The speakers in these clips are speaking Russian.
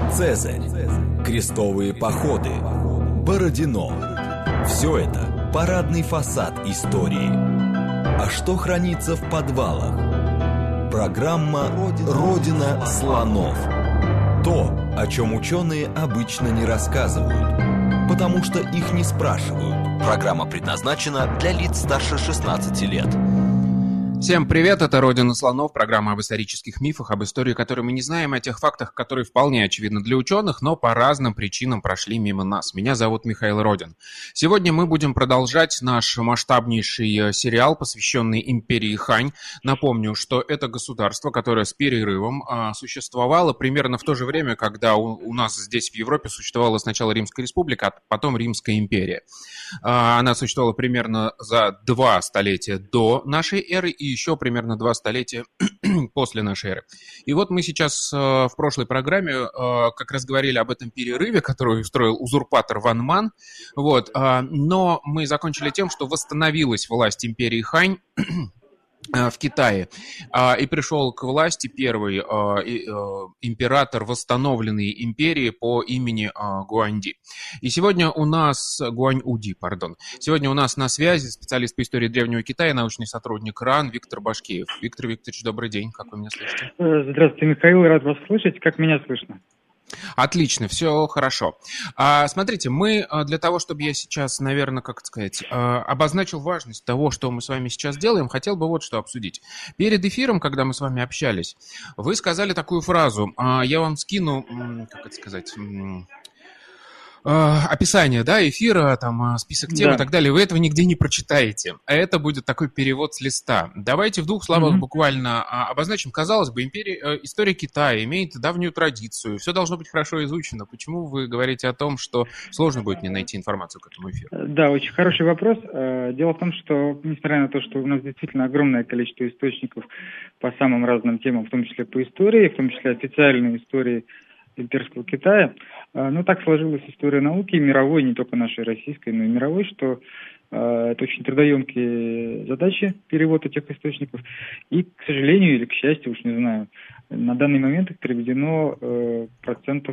Цезарь, крестовые походы, Бородино. Все это парадный фасад истории. А что хранится в подвалах? Программа «Родина слонов». То, о чем ученые обычно не рассказывают, потому что их не спрашивают. Программа предназначена для лиц старше 16 лет. Всем привет, это «Родина слонов», программа об исторических мифах, об истории, которую мы не знаем, о тех фактах, которые вполне очевидны для ученых, но по разным причинам прошли мимо нас. Меня зовут Михаил Родин. Сегодня мы будем продолжать наш масштабнейший сериал, посвященный империи Хань. Напомню, что это государство, которое с перерывом существовало примерно в то же время, когда у нас здесь в Европе существовала сначала Римская республика, а потом Римская империя. Она существовала примерно за 2 столетия до нашей эры и еще примерно 2 столетия после нашей эры. И вот мы сейчас в прошлой программе как раз говорили об этом перерыве, который устроил узурпатор Ван Ман. Вот. Но мы закончили тем, что восстановилась власть империи Хань в Китае, и пришел к власти первый император восстановленной империи по имени Гуанди. И сегодня у нас Гуань-Уди, пардон. Сегодня у нас на связи специалист по истории Древнего Китая, научный сотрудник РАН Виктор Башкиев. Виктор Викторович, добрый день, как вы меня слышите? Здравствуйте, Михаил, рад вас слышать. Как меня слышно? Отлично, все хорошо. Смотрите, мы для того, чтобы я сейчас, наверное, как сказать, обозначил важность того, что мы с вами сейчас делаем, хотел бы вот что обсудить. Перед эфиром, когда мы с вами общались, вы сказали такую фразу, я вам скину, как это сказать, описание, да, эфира, там, список тем и так далее, вы этого нигде не прочитаете. А это будет такой перевод с листа. Давайте в 2 словах буквально обозначим. Казалось бы, история Китая имеет давнюю традицию, все должно быть хорошо изучено. Почему вы говорите о том, что сложно будет не найти информацию к этому эфиру? Да, очень хороший вопрос. Дело в том, что, несмотря на то, что у нас действительно огромное количество источников по самым разным темам, в том числе по истории, в том числе официальной истории имперского Китая, но так сложилась история науки, мировой, не только нашей российской, но и мировой, что это очень трудоемкие задачи, перевод этих источников. И, к сожалению, или к счастью, уж не знаю, на данный момент их переведено 5%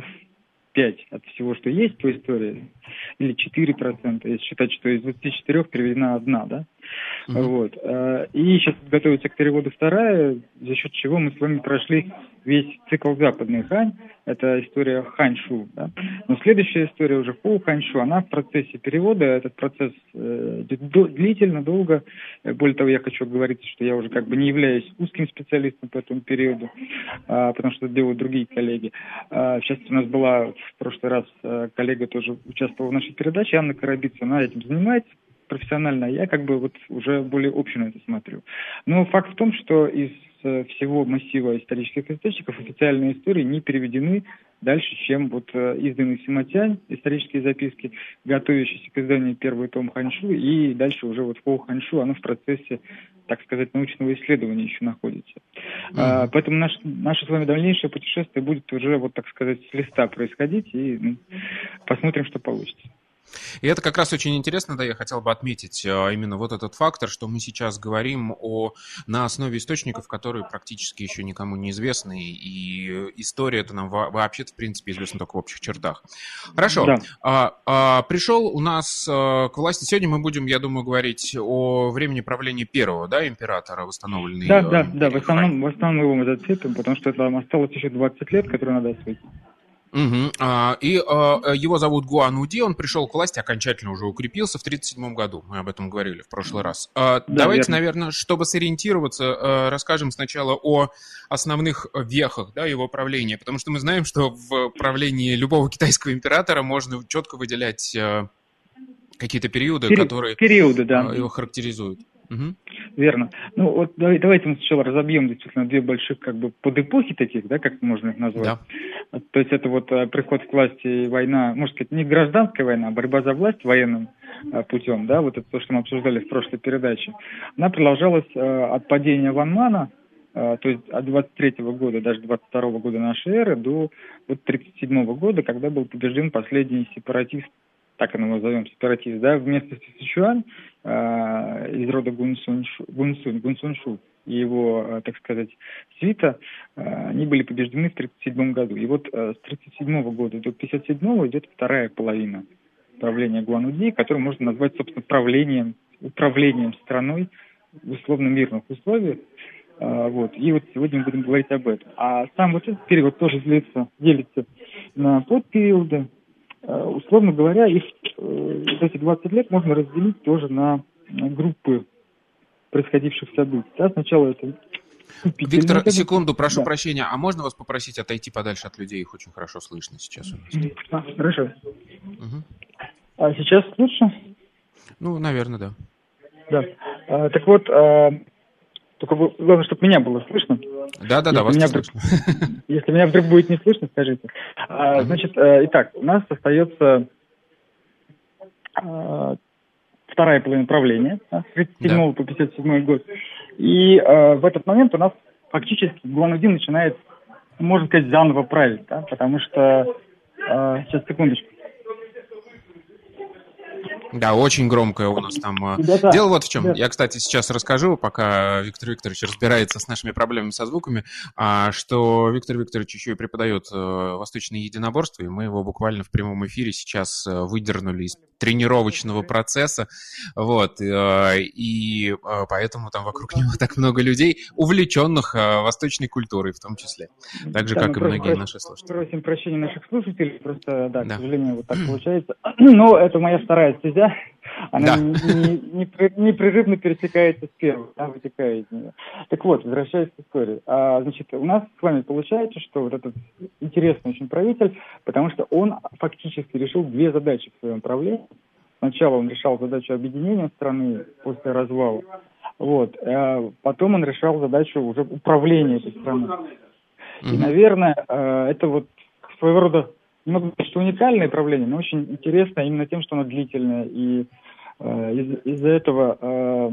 от всего, что есть по истории, или 4%, если считать, что из 24 переведена 1, да? Вот. И сейчас готовится к переводу 2, за счет чего мы с вами прошли весь цикл Западной Хань, это история Ханьшу, да? Но следующая история уже Хоу Ханьшу, она в процессе перевода, этот процесс длительно, долго. Более того, я хочу говорить, что я уже как бы не являюсь узким специалистом по этому периоду, потому что это делают другие коллеги. Сейчас у нас была в прошлый раз коллега тоже участвовала в нашей передаче, Анна Карабица, она этим занимается профессионально, а я как бы вот уже более общем на это смотрю. Но факт в том, что из всего массива исторических источников официальные истории не переведены дальше, чем вот изданный Симатянь, исторические записки, готовящиеся к изданию первый том Ханьшу, и дальше уже вот Хоу Ханьшу, оно в процессе, так сказать, научного исследования еще находится. Поэтому наше с вами дальнейшее путешествие будет уже, вот так сказать, с листа происходить, и посмотрим, что получится. И это как раз очень интересно, да, я хотел бы отметить именно вот этот фактор, что мы сейчас говорим на основе источников, которые практически еще никому не известны, и история это нам вообще, в принципе, известна только в общих чертах. Хорошо. Да. Пришел у нас к власти, сегодня мы будем, я думаю, говорить о времени правления первого, да, императора, восстановленной. Да, в основном его мы зацепим, потому что это осталось еще 20 лет, которые надо осветить. Его зовут Гуань-Уди, он пришел к власти, окончательно уже укрепился в 1937 году, мы об этом говорили в прошлый раз. Давайте, наверное, чтобы сориентироваться, расскажем сначала о основных вехах, да, его правления, потому что мы знаем, что в правлении любого китайского императора можно четко выделять какие-то периоды, которые его характеризуют. Верно. Ну вот давайте мы сначала разобьем действительно 2 больших как бы подэпохи таких, да, как можно их назвать. Да. То есть это вот приход к власти и война, можно сказать, не гражданская война, а борьба за власть военным путем, да, вот это то, что мы обсуждали в прошлой передаче. Она продолжалась от падения Ван Мана, то есть от 23-го года, даже 22-го года нашей эры до 37-го года, когда был побежден последний сепаратист так мы его назовем, сепаратист, да, вместо Сычуань из рода Гунсунь-Шу и его, так сказать, свита, они были побеждены в 1937 году. И вот с 1937 года до 1957 идет вторая половина правления Гуануди, которую можно назвать, собственно, управлением страной в условно-мирных условиях. Вот. И вот сегодня мы будем говорить об этом. А сам вот этот период тоже делится на подпериоды. Условно говоря, их эти 20 лет можно разделить тоже на группы происходивших событий. Да, сначала это... Виктор, секунду, прошу прощения, а можно вас попросить отойти подальше от людей? Их очень хорошо слышно сейчас у нас. Хорошо. Угу. А сейчас лучше? Ну, наверное, да. Да. Так вот, только главное, чтобы меня было слышно. Да, вас не слышно. Если меня вдруг будет не слышно, скажите. Значит, итак, у нас остается вторая половина правления, с 1937 по 1957 год. И в этот момент у нас фактически Гуануди начинает, можно сказать, заново править, да, потому что... сейчас, секундочку. Да, очень громкое у нас там. Да. Дело вот в чем. Да. Я, кстати, сейчас расскажу, пока Виктор Викторович разбирается с нашими проблемами со звуками, что Виктор Викторович еще и преподает восточное единоборство, и мы его буквально в прямом эфире сейчас выдернули из тренировочного процесса, вот, и поэтому там вокруг него так много людей, увлеченных восточной культурой в том числе, так же, как и многие наши слушатели. Просим прощения наших слушателей, просто, да, к сожалению, вот так получается. Но это моя вторая стезя, она непрерывно пересекается с первой, вытекает из нее. Так вот, возвращаясь к истории. Значит, у нас с вами получается, что вот этот интересный очень правитель, потому что он фактически решил две задачи в своем правлении. Сначала он решал задачу объединения страны после развала, вот, потом он решал задачу уже управления этой страной. И, наверное, это вот своего рода, не могу сказать, что уникальное правление, но очень интересное именно тем, что оно длительное. И из-за этого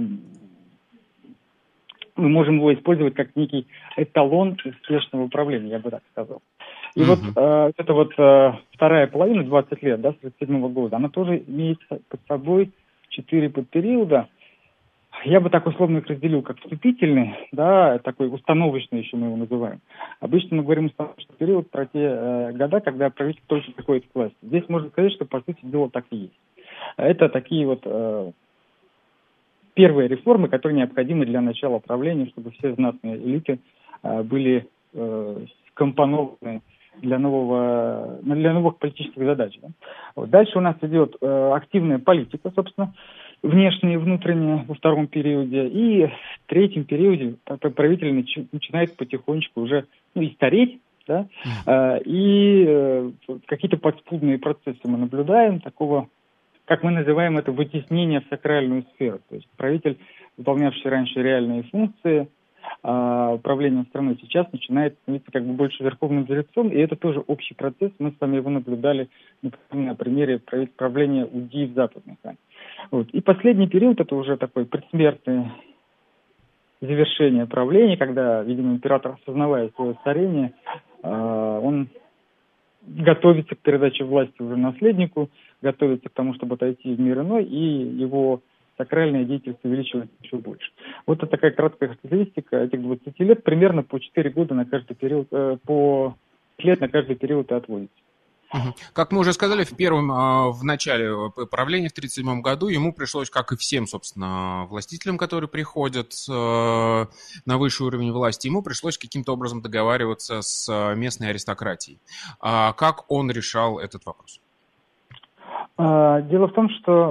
мы можем его использовать как некий эталон успешного управления, я бы так сказал. И вот это вот вторая половина, 20 лет, да, с 1937 года, она тоже имеет под собой 4 подпериода. Я бы так условно их разделил как вступительный, да, такой установочный еще мы его называем. Обычно мы говорим установочный период про те года, когда правитель только приходит к власти. Здесь можно сказать, что по сути дела так и есть. Это такие вот первые реформы, которые необходимы для начала правления, чтобы все знатные элиты были скомпонованы для новых политических задач. Да? Вот. Дальше у нас идет активная политика, собственно, внешняя и внутренняя во втором периоде. И в третьем периоде правитель начинает потихонечку уже и стареть, да? И какие-то подспудные процессы мы наблюдаем, такого, как мы называем это, вытеснение в сакральную сферу. То есть правитель, выполнявший раньше реальные функции, управление страной, сейчас начинает становиться как бы больше верховным жрецом, и это тоже общий процесс. Мы с вами его наблюдали, например, на примере правления Уди в Западной Хане. Вот. И последний период, это уже такой предсмертное завершение правления, когда, видимо, император, осознавая свое старение, он готовится к передаче власти уже наследнику, готовится к тому, чтобы отойти в мир иной, и его сакральная деятельность увеличивается еще больше. Вот это такая краткая характеристика этих 20 лет. Примерно по 4 года на каждый период, по 5 лет на каждый период и отводится. Как мы уже сказали, в начале правления в 1937 году ему пришлось, как и всем, собственно, властителям, которые приходят на высший уровень власти, ему пришлось каким-то образом договариваться с местной аристократией. Как он решал этот вопрос? Дело в том, что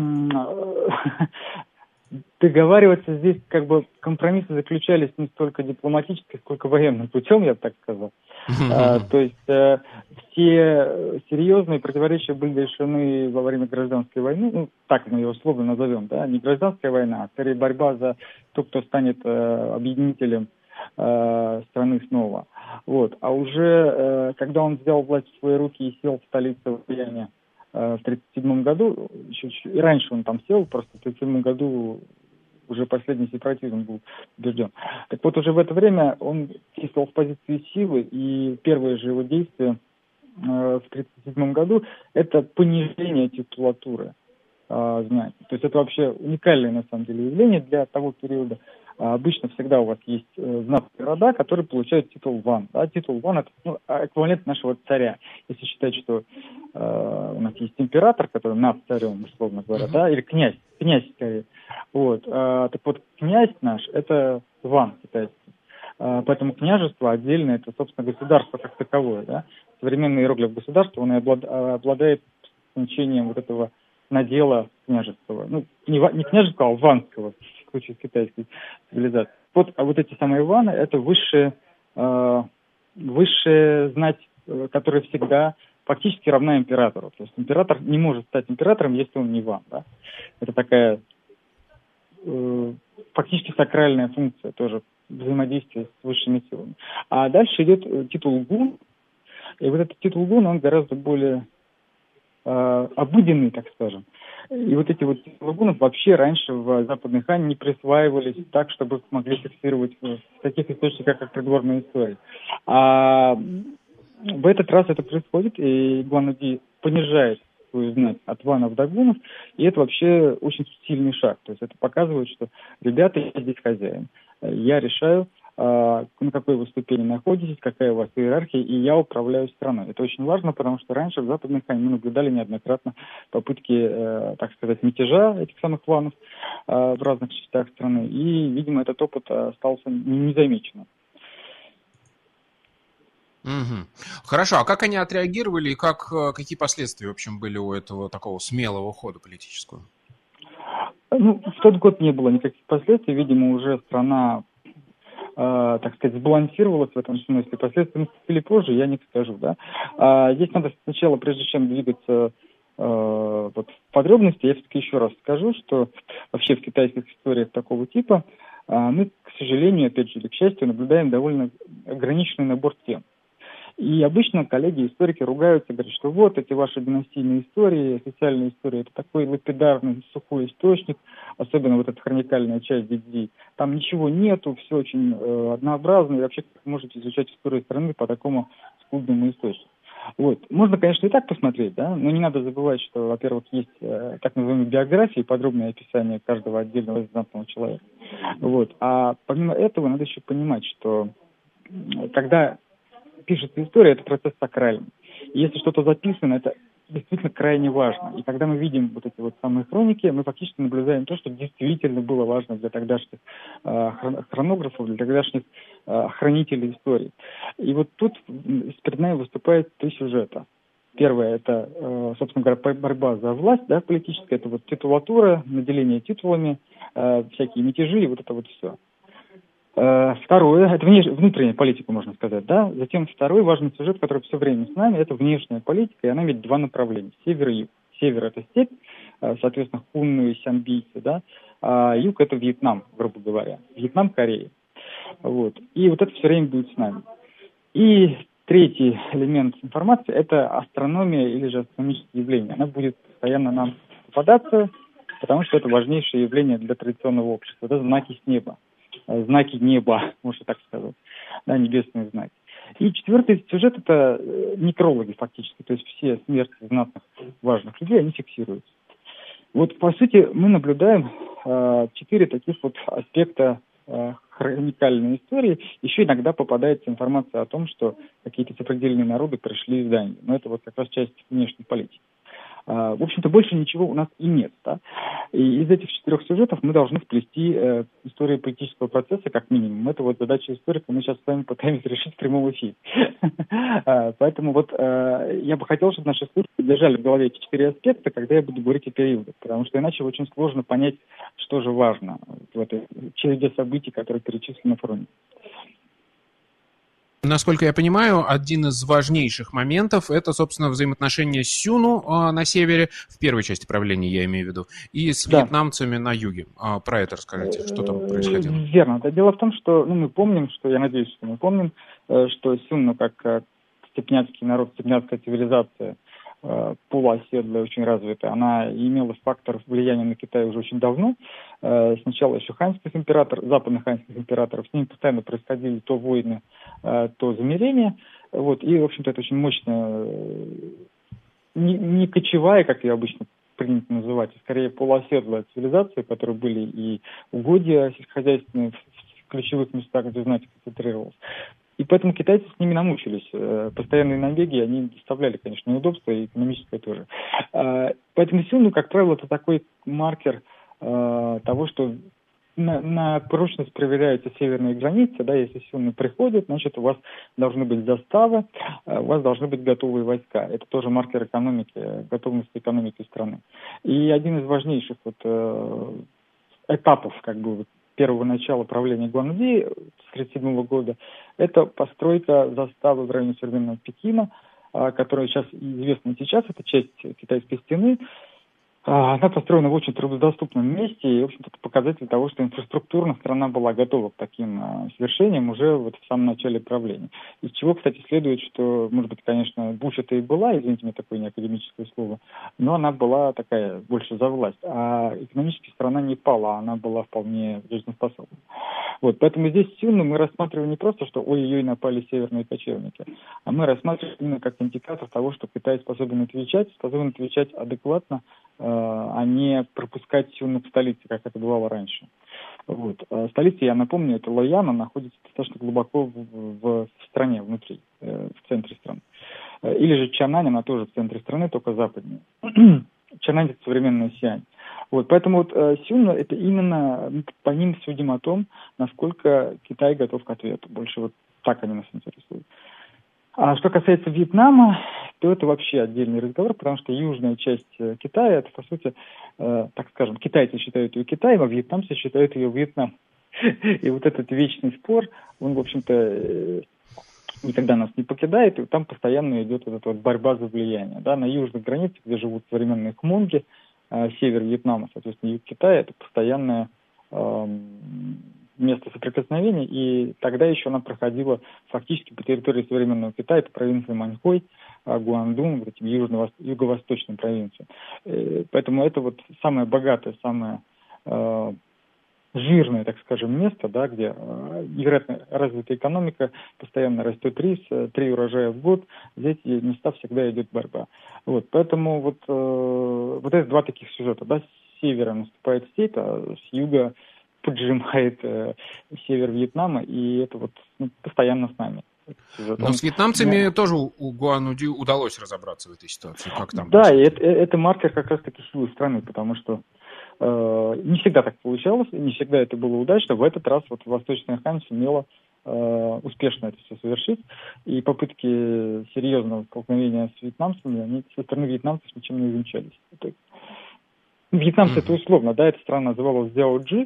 договариваться здесь как бы компромиссы заключались не столько дипломатически, сколько военным путем, я бы так сказал. То есть все серьезные противоречия были решены во время гражданской войны, ну, так мы ее условно назовем, да, не гражданская война, а скорее борьба за то, кто станет объединителем страны снова. Вот. А уже когда он взял власть в свои руки и сел в столице влияния в 1937 году, и раньше он там сел, просто в 1937 году уже последний сепаратизм был убежден. Так вот, уже в это время он действовал в позиции силы, и первое же его действие в 1937 году, это понижение титулатуры знаний. То есть это вообще уникальное, на самом деле, явление для того периода. Обычно всегда у вас есть знатные рода, которые получают титул ван. Да? Титул ван – это эквивалент нашего царя. Если считать, что у нас есть император, который над царем, условно говоря, да, или князь скорее. Вот. Так вот, князь наш – это ван китайский. Поэтому княжество отдельно – это, собственно, государство как таковое. Да? Современный иероглиф государства, он обладает значением вот этого надела княжеского. Ну, не княжеского, а ванского, в случае с китайской цивилизацией. Вот, а вот эти самые ваны – это высшая знать, которая всегда фактически равна императору. То есть император не может стать императором, если он не ван. Да? Это такая фактически сакральная функция тоже взаимодействия с высшими силами. А дальше идет титул гун. И вот этот титул гун, он гораздо более обыденный, так скажем. И вот эти вот титулы гунов вообще раньше в Западной Хане не присваивались так, чтобы их могли фиксировать в таких источниках, как придворная история. А в этот раз это происходит, и Гуанди понижает свою знать от ванов до гунов, и это вообще очень сильный шаг. То есть это показывает, что ребята, я здесь хозяин. Я решаю, на какой вы ступени находитесь, какая у вас иерархия, и я управляю страной. Это очень важно, потому что раньше в Западной Хане мы наблюдали неоднократно попытки, так сказать, мятежа этих самых ванов в разных частях страны, и, видимо, этот опыт остался незамеченным. Угу. Хорошо, а как они отреагировали и какие последствия, в общем, были у этого такого смелого хода политического? Ну, в тот год не было никаких последствий, видимо, уже страна так сказать, сбалансировалась в этом смысле. Последствия наступили позже, я не скажу, да. Здесь надо сначала, прежде чем двигаться вот в подробности, я все-таки еще раз скажу, что вообще в китайских историях такого типа мы, к сожалению, опять же, или к счастью, наблюдаем довольно ограниченный набор тем. И обычно коллеги-историки ругаются, говорят, что вот эти ваши династийные истории, официальные истории, это такой лапидарный, сухой источник, особенно вот эта хроникальная часть Дидзи. Там ничего нету, все очень однообразно, и вообще как можете изучать историю страны по такому скудному источнику. Вот. Можно, конечно, и так посмотреть, да, но не надо забывать, что, во-первых, есть так называемые биографии, подробное описание каждого отдельного знатного человека. Вот. А помимо этого надо еще понимать, что когда пишется история, это процесс сакральный. И если что-то записано, это действительно крайне важно. И когда мы видим вот эти вот самые хроники, мы фактически наблюдаем то, что действительно было важно для тогдашних хронографов, для тогдашних хранителей истории. И вот тут перед нами выступает три сюжета. Первое – это, собственно говоря, борьба за власть, да, политическая, это вот титулатура, наделение титулами, всякие мятежи и вот это вот все. Второе, это внутренняя политика, можно сказать, да. Затем второй важный сюжет, который все время с нами, это внешняя политика, и она имеет два направления, север и юг. Север – это степь, соответственно, хунны и сямбийцы, да, а юг – это Вьетнам, грубо говоря. Вьетнам, Корея. Вот. И вот это все время будет с нами. И третий элемент информации – это астрономия или же астрономические явления. Она будет постоянно нам попадаться, потому что это важнейшее явление для традиционного общества. Это знаки с неба. Знаки неба, можно так сказать, да, небесные знаки. И четвертый сюжет – это некрологи фактически, то есть все смерти знатных важных людей, они фиксируются. Вот, по сути, мы наблюдаем 4 таких вот аспекта хроникальной истории. Еще иногда попадается информация о том, что какие-то сопредельные народы пришли из Дании. Но это вот как раз часть внешней политики. В общем-то, больше ничего у нас и нет. Да? И из этих 4 сюжетов мы должны вплести историю политического процесса, как минимум. Это вот задача историка, мы сейчас с вами пытаемся решить в прямом эфире. Поэтому вот я бы хотел, чтобы наши слушатели держали в голове эти 4 аспекта, когда я буду говорить о периодах, потому что иначе очень сложно понять, что же важно в этой череде событий, которые перечислены на фронте. Насколько я понимаю, один из важнейших моментов – это, собственно, взаимоотношения с Сюну на севере, в первой части правления я имею в виду, и с вьетнамцами на юге. Про это расскажите, что там происходило. Верно. Дело в том, что мы помним, что, я надеюсь, что мы помним, что Сюн, как степняцкий народ, степняцкая цивилизация, полуоседлая, очень развитая, она имела фактор влияния на Китай уже очень давно. Сначала еще ханьских императоров, западных ханьских императоров, с ними постоянно происходили то войны, то замирения. Вот, и, в общем-то, это очень мощная, не кочевая, как ее обычно принято называть, а скорее полуоседлая цивилизация, в которой были и угодья сельскохозяйственные в ключевых местах, где знать концентрировалось. И поэтому китайцы с ними намучились. Постоянные набеги, они доставляли, конечно, неудобства, и экономическое тоже. Поэтому сюн, как правило, это такой маркер того, что на прочность проверяются северные границы, да, если сюны приходят, значит, у вас должны быть заставы, у вас должны быть готовые войска. Это тоже маркер экономики, готовности экономики страны. И один из важнейших этапов, первого начала правления Гуанди с 1937 года, это постройка заставы в районе современного Пекина, которая сейчас известна сейчас, это часть Китайской стены. Она построена в очень труднодоступном месте, и, в общем-то, это показатель того, что инфраструктурно страна была готова к таким свершениям уже в самом начале правления. Из чего, кстати, следует, что, может быть, конечно, Буш-то и была, извините мне такое неакадемическое слово, но она была такая больше за власть, а экономически страна не пала, она была вполне жизнеспособна. Вот, поэтому здесь сюнны мы рассматриваем не просто, что ой-ой-ой, напали северные кочевники, а мы рассматриваем именно как индикатор того, что Китай способен отвечать адекватно, а не пропускать сюннов в столице, как это бывало раньше. Вот. Столица, я напомню, это Лоян, она находится достаточно глубоко в стране, внутри, в центре страны. Или же Чанань, она тоже в центре страны, только западнее. Чанань – это современная Сиань. Вот, поэтому сюнны – это именно по ним судим о том, насколько Китай готов к ответу. Больше так они нас интересуют. А что касается Вьетнама, то это вообще отдельный разговор, потому что южная часть Китая, это, по сути, так скажем, китайцы считают ее Китаем, а вьетнамцы считают ее Вьетнам. И вот этот вечный спор, он, в общем-то, никогда нас не покидает, и там постоянно идет эта борьба за влияние. Да, на южных границах, где живут современные хмонги, север Вьетнама, соответственно, юг Китая, это постоянное место соприкосновения, и тогда еще она проходила фактически по территории современного Китая, по провинции Маньхой, Гуандун, этим юго-восточным провинциям. Поэтому это самое богатое, самое жирное, так скажем, место, да, где невероятно развитая экономика, постоянно растет рис, 3 урожая в год, за эти места всегда идет борьба. Вот, поэтому это два таких сюжета, да, с севера наступает степь, а с юга поджимает север Вьетнама, и это постоянно с нами. Но с вьетнамцами тоже у Гуанди удалось разобраться в этой ситуации. Как там? Да, и это маркер как раз-таки силы страны, потому что не всегда так получалось, не всегда это было удачно. В этот раз Восточная Хань сумела успешно это все совершить, и попытки серьезного столкновения с вьетнамцами, они со стороны вьетнамцев ничем не увенчались. Вьетнамцы это условно, да, эта страна называлась Цзяоджи,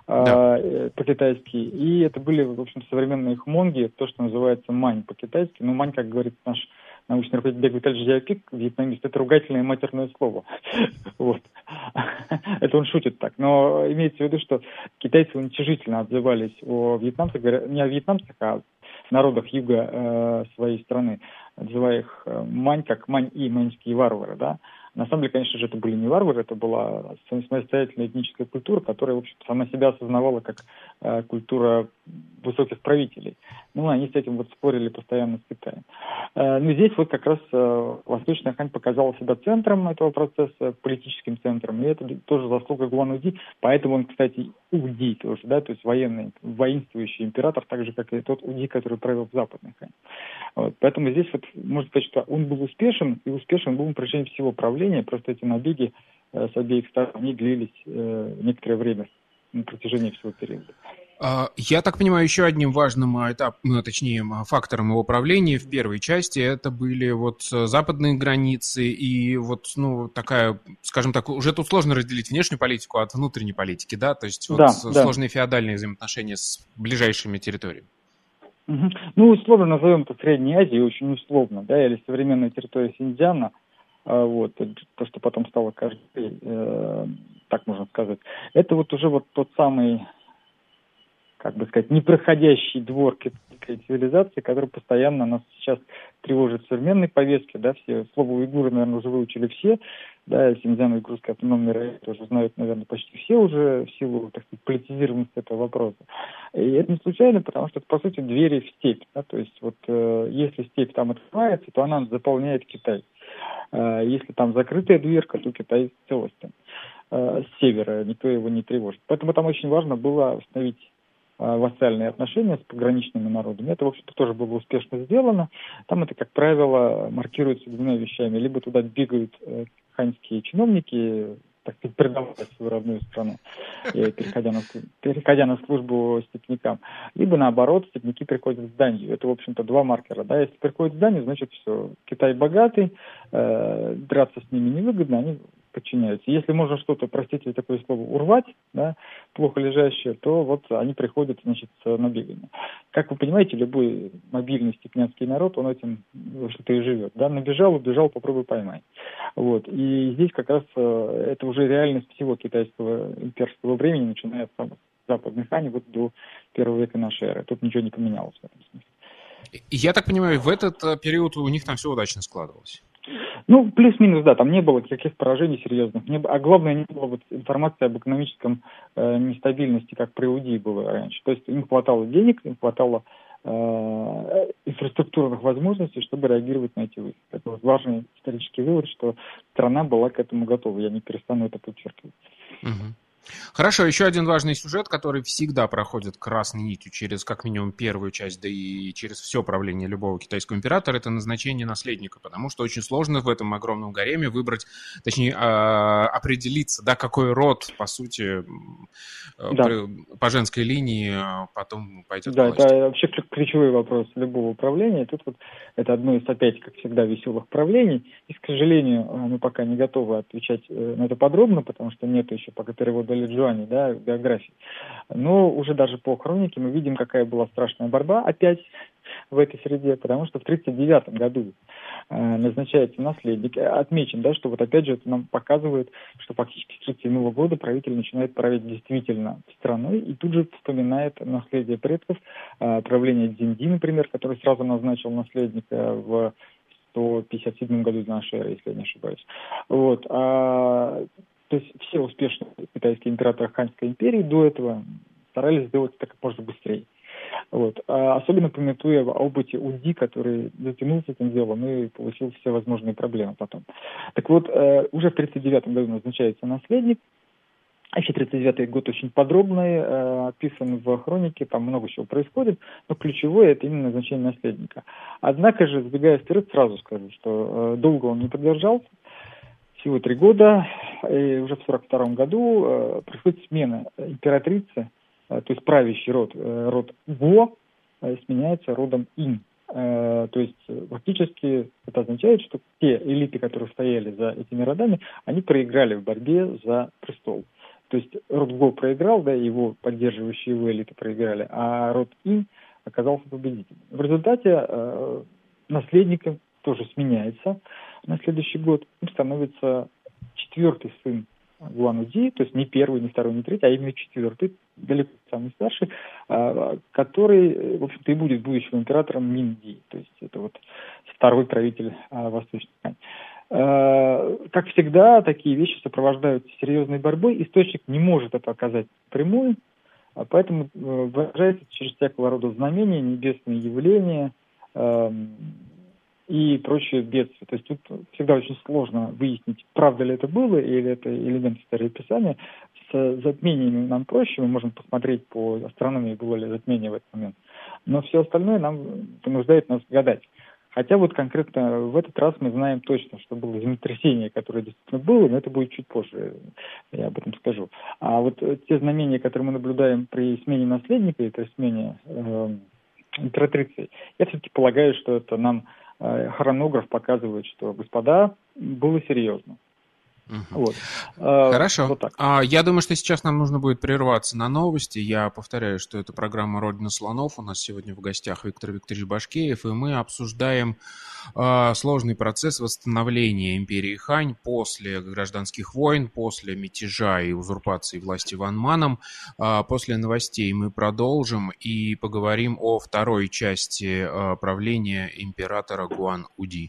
по-китайски, и это были, в общем-то, современные хмонги, то, что называется мань по-китайски. Ну, мань, как говорит наш научный руководитель Бек Витальевич Зяопик, вьетнамист, это ругательное матерное слово. Вот. Это он шутит так. Но имеется в виду, что китайцы уничижительно отзывались о вьетнамцах, не о вьетнамцах, а о народах юга своей страны, называя их мань, как мань-и, маньские варвары, да. На самом деле, конечно же, это были не варвары, это была самостоятельная этническая культура, которая, в общем-то, сама себя осознавала как культура высоких правителей. Ну, они с этим спорили постоянно с Китаем. Но здесь как раз Восточная Хань показала себя центром этого процесса, политическим центром, и это тоже заслуга Гуанди, поэтому он, кстати, Уди тоже, да, то есть воинствующий император, так же, как и тот Уди, который правил в Западной Хань. Вот. Поэтому здесь можно сказать, что он был успешен, и успешен был на протяжении всего правления, просто эти набеги с обеих сторон, они длились некоторое время, на протяжении всего периода. Я так понимаю, еще одним важным фактором его правления в первой части это были западные границы и такая, скажем так, уже тут сложно разделить внешнюю политику от внутренней политики, да, то есть сложные феодальные взаимоотношения с ближайшими территориями. Угу. Ну, условно назовем это Средней Азией, очень условно, да, или современная территория Синьцзяна, то, что потом стало Кашгарой, так можно сказать. Это уже тот самый, непроходящий двор китайской цивилизации, который постоянно нас сейчас тревожит в современной повестке, да, все слово уйгуры, наверное, уже выучили все, да, Синьцзян-Уйгурский автономный район тоже знают, наверное, почти все уже в силу, так сказать, политизированности этого вопроса. И это не случайно, потому что это, по сути, двери в степь, да, то есть если степь там открывается, то она заполняет Китай. Если там закрытая дверка, то Китай целостен. С севера никто его не тревожит. Поэтому там очень важно было установить вассальные отношения с пограничными народами. Это, в общем-то, тоже было успешно сделано. Там это, как правило, маркируется двумя вещами. Либо туда бегают ханьские чиновники, так сказать, предавая свою родную страну, переходя на службу степнякам. Либо, наоборот, степняки приходят в Данию. Это, в общем-то, два маркера. Да? Если приходят в Данию, значит, все. Китай богатый, драться с ними невыгодно, они подчиняются. Если можно что-то, простите такое слово, урвать, да, плохо лежащее, то вот они приходят, значит, на бегание. Как вы понимаете, любой мобильный степняцкий народ, он этим, в общем-то, и живет. Да? Набежал, убежал, попробуй поймай. Вот. И здесь как раз это уже реальность всего китайского имперского времени, начиная от западной Хани вот до 1 века нашей эры. Тут ничего не поменялось в этом смысле. Я так понимаю, в этот период у них там все удачно складывалось. Ну, плюс-минус, да, там не было каких поражений серьезных. А главное, не было информации об экономическом нестабильности, как при УДИ было раньше. То есть им хватало денег, им хватало инфраструктурных возможностей, чтобы реагировать на эти вызовы. Это вот важный исторический вывод, что страна была к этому готова. Я не перестану это подчеркивать. Угу. Хорошо, еще один важный сюжет, который всегда проходит красной нитью через как минимум первую часть, да и через все правление любого китайского императора, это назначение наследника, потому что очень сложно в этом огромном гареме выбрать, точнее, определиться, да, какой род, по сути, да, по женской линии потом пойдет к власти. Да, это вообще ключевой вопрос любого правления. Тут вот это одно из, опять, как всегда, веселых правлений. И, к сожалению, мы пока не готовы отвечать на это подробно, потому что нет еще пока перевода Лиджуани, да, биографии. Но уже даже по хронике мы видим, какая была страшная борьба опять в этой среде, потому что в 1939 году назначается наследник. Отмечен, да, что вот опять же это нам показывает, что фактически с 1937 года правитель начинает править действительно страной и тут же вспоминает наследие предков, правление Цзиньди, например, который сразу назначил наследника в 157 году до нашей эры, если я не ошибаюсь. Вот. То есть все успешные китайские императоры Ханьской империи до этого старались сделать это как можно быстрее. Вот. Особенно памятуя об опыте УДИ, который затянулся этим делом и получил все возможные проблемы потом. Так вот, уже в 1939 году назначается наследник. Еще 1939 год очень подробный, описан в хронике, там много чего происходит, но ключевое это именно назначение наследника. Однако же, сбегая вперед, сразу скажу, что долго он не продержался. Всего 3 года, и уже в 1942 году происходит смена императрицы, то есть правящий род Го, сменяется родом Ин. То есть фактически это означает, что те элиты, которые стояли за этими родами, они проиграли в борьбе за престол. То есть род Го проиграл, да, его поддерживающие его элиты проиграли, а род Ин оказался победителем. В результате наследником тоже сменяется на следующий год. Им становится 4-й сын Гуан Уди, то есть не 1-й, не 2-й, не 3-й, а именно 4-й, далеко самый старший, который, в общем-то, и будет будущим императором Минди, то есть это вот 2-й правитель Восточной Хань. Как всегда, такие вещи сопровождаются серьезной борьбой. Источник не может это оказать напрямую, поэтому выражается через всякого рода знамения, небесные явления, и прочие бедствия. То есть тут всегда очень сложно выяснить, правда ли это было, или это элемент истории писания. С затмениями нам проще, мы можем посмотреть по астрономии, было ли затмение в этот момент. Но все остальное нам понуждает нас гадать. Хотя вот конкретно в этот раз мы знаем точно, что было землетрясение, которое действительно было, но это будет чуть позже, я об этом скажу. А вот те знамения, которые мы наблюдаем при смене наследника и при смене императрицы, я все-таки полагаю, что это нам хронограф показывает, что, господа, было серьезно. Вот. Хорошо. Вот так. Я думаю, что сейчас нам нужно будет прерваться на новости. Я повторяю, что это программа «Родина слонов». У нас сегодня в гостях Виктор Викторович Башкеев, и мы обсуждаем сложный процесс восстановления империи Хань после гражданских войн, после мятежа и узурпации власти Ван Маном. После новостей мы продолжим и поговорим о второй части правления императора Гуан Уди.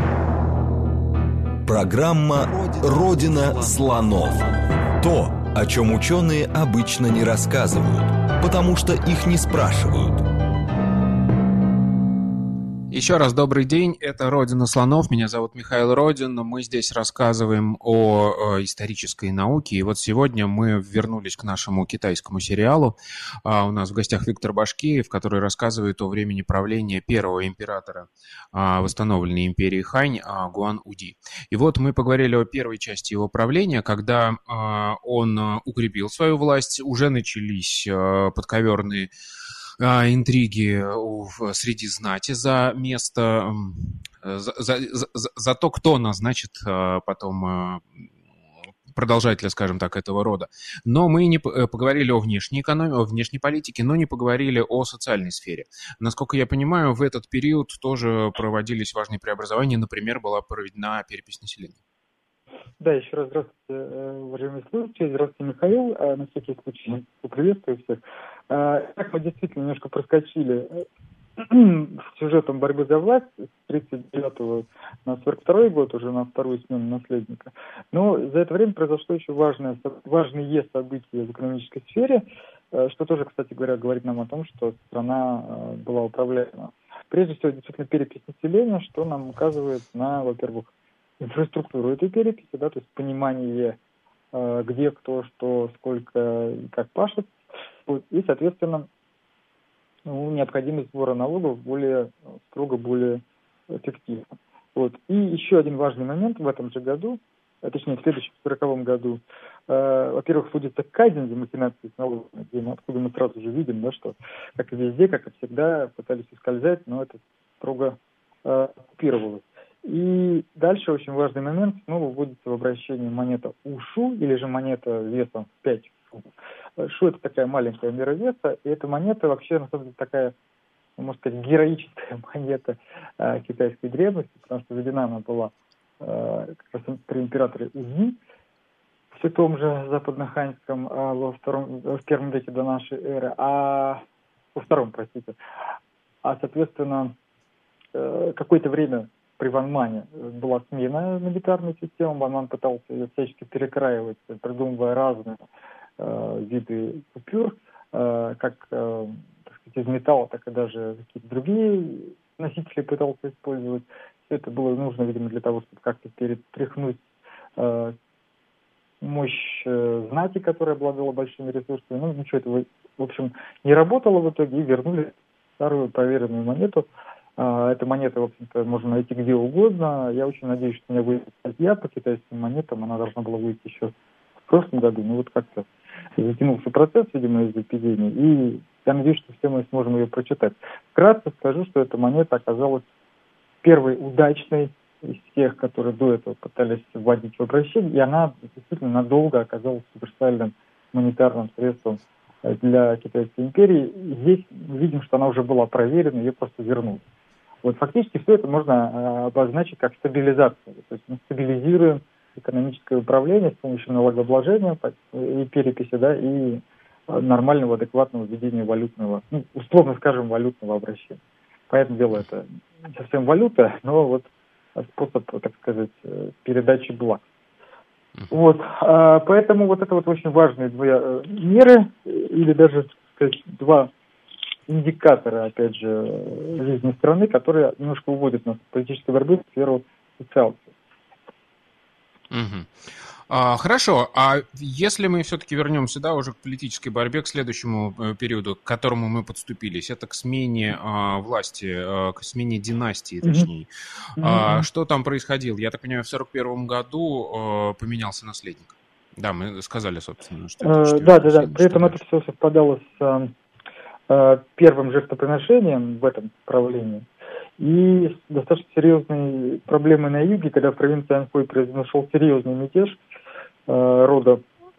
Программа «Родина слонов». То, о чем ученые обычно не рассказывают, потому что их не спрашивают. Еще раз добрый день, это «Родина слонов», меня зовут Михаил Родин, мы здесь рассказываем о исторической науке, и вот сегодня мы вернулись к нашему китайскому сериалу. У нас в гостях Виктор Башкеев, который рассказывает о времени правления первого императора восстановленной империи Хань Гуан Уди. И вот мы поговорили о первой части его правления, когда он укрепил свою власть, уже начались подковерные интриги среди знати за место, за то, кто назначит потом продолжателя, скажем так, этого рода. Но мы не поговорили о внешней экономии, о внешней политике, но не поговорили о социальной сфере. Насколько я понимаю, в этот период тоже проводились важные преобразования, например, была проведена перепись населения. Да, еще раз здравствуйте, уважаемые слушатели, здравствуйте, Михаил, на всякий случай приветствую всех. Так мы действительно немножко проскочили сюжетом борьбы за власть с 1939 на 1942 год, уже на вторую смену наследника. Но за это время произошло еще важные события в экономической сфере, что тоже, кстати говоря, говорит нам о том, что страна была управляема. Прежде всего, действительно, перепись населения, что нам указывает на, во-первых, инфраструктуру этой переписи, да, то есть понимание, где, кто, что, сколько и как пашет, вот, и, соответственно, необходимость сбора налогов более строго, более эффективно. Вот. И еще один важный момент в этом же году, точнее, в следующем 1940 году, во-первых, вводится кайдзен за махинации с налогами, откуда мы сразу же видим, да, что, как и везде, как и всегда, пытались ускользать, но это строго оккупировалось. И дальше очень важный момент, снова вводится в обращение монета ушу, или же монета весом в 5 фу. Шу – это такая маленькая мера веса, и эта монета вообще, на самом деле, такая, можно сказать, героическая монета китайской древности, потому что введена она была как раз при императоре Уди, в том же западноханьском в первом веке до нашей эры, соответственно, какое-то время при Ван Мане была смена милитарной системы. Ван Ман пытался ее всячески перекраивать, придумывая разные виды купюр, как так сказать, из металла, так и даже какие-то другие носители пытался использовать. Все это было нужно, видимо, для того, чтобы как-то перетряхнуть мощь знати, которая обладала большими ресурсами. Ну, ничего этого, в общем, не работало в итоге, и вернули старую проверенную монету. Эта монета, в общем-то, можно найти где угодно. Я очень надеюсь, что у меня выйдет статья по китайским монетам. Она должна была выйти еще в прошлом году. Но вот как-то затянулся процесс, видимо, из-за эпидемии. И я надеюсь, что все мы сможем ее прочитать. Вкратце скажу, что эта монета оказалась первой удачной из тех, которые до этого пытались вводить в обращение. И она действительно надолго оказалась универсальным монетарным средством для Китайской империи. И здесь мы видим, что она уже была проверена, ее просто вернули. Вот фактически все это можно обозначить как стабилизацию. То есть мы стабилизируем экономическое управление с помощью налогообложения и переписи, да, и нормального, адекватного ведения валютного, ну, условно скажем, валютного обращения. Понятное дело, это не совсем валюта, но вот способ, так сказать, передачи благ. Вот, поэтому вот это вот очень важные две меры, или даже, так сказать, два индикатора, опять же, жизни страны, которые немножко уводят нас в политической борьбы в сферу социалки. Хорошо, а если мы все-таки вернемся, да, уже к политической борьбе, к следующему периоду, к которому мы подступились, это к смене власти, к смене династии, точнее. Что там происходило? Я так понимаю, в 1941 году поменялся наследник. Да, мы сказали, собственно, что это... Да. При этом это все совпадало с первым жертвоприношением в этом правлении. И достаточно серьезные проблемы на юге, когда в провинции Аньхой произошел серьезный мятеж, рода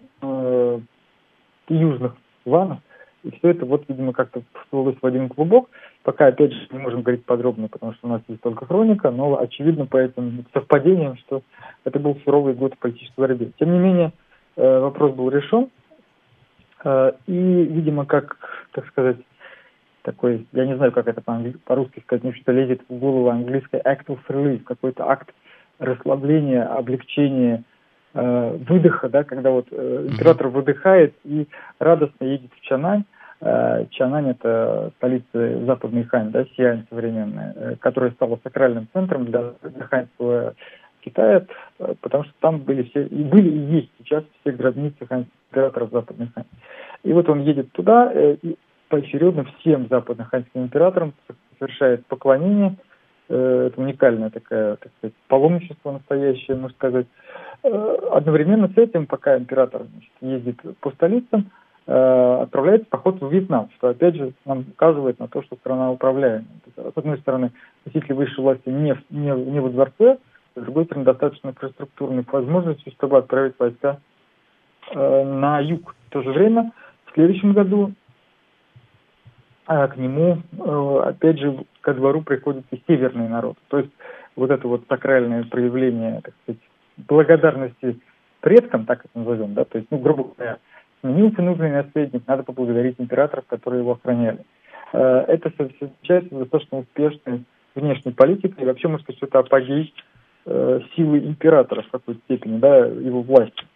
южных ванов. И все это вот, видимо, как-то всплылось в один клубок. Пока, опять же, не можем говорить подробно, потому что у нас есть только хроника, но очевидно по этим совпадениям, что это был суровый год политической борьбы. Тем не менее, вопрос был решен. И, видимо, как, так сказать, такой, я не знаю, как это по-русски сказать, мне что-то лезет в голову английское act of relief, какой-то акт расслабления, облегчения, выдоха, да, когда вот император выдыхает и радостно едет в Чанань. Чанань – это столица Западной Хань, да, Сиань современная, которая стала сакральным центром для ханьского Китая, потому что там были и есть сейчас все гробницы ханьских императоров Западной Хань. И вот он едет туда и поочередно всем западным ханьским императорам совершает поклонение. Это уникальное такое, так сказать, паломничество настоящее, можно сказать. Одновременно с этим, пока император, значит, ездит по столицам, отправляется поход в Вьетнам, что опять же нам указывает на то, что страна управляемая. С одной стороны, носители высшей власти не во дворце, с другой стороны, достаточно инфраструктурных возможностей, чтобы отправить войска на юг. В то же время, в следующем году к нему, опять же, ко двору приходит и северный народ. То есть вот это вот сакральное проявление, так сказать, благодарности предкам, так это назовем, да, то есть, грубо говоря, сменился нужный наследник, надо поблагодарить императоров, которые его охраняли. Это совмещается с достаточно успешной внешней политикой, и вообще, можно сказать, что это апогей силы императора в какой-то степени, да, его власти.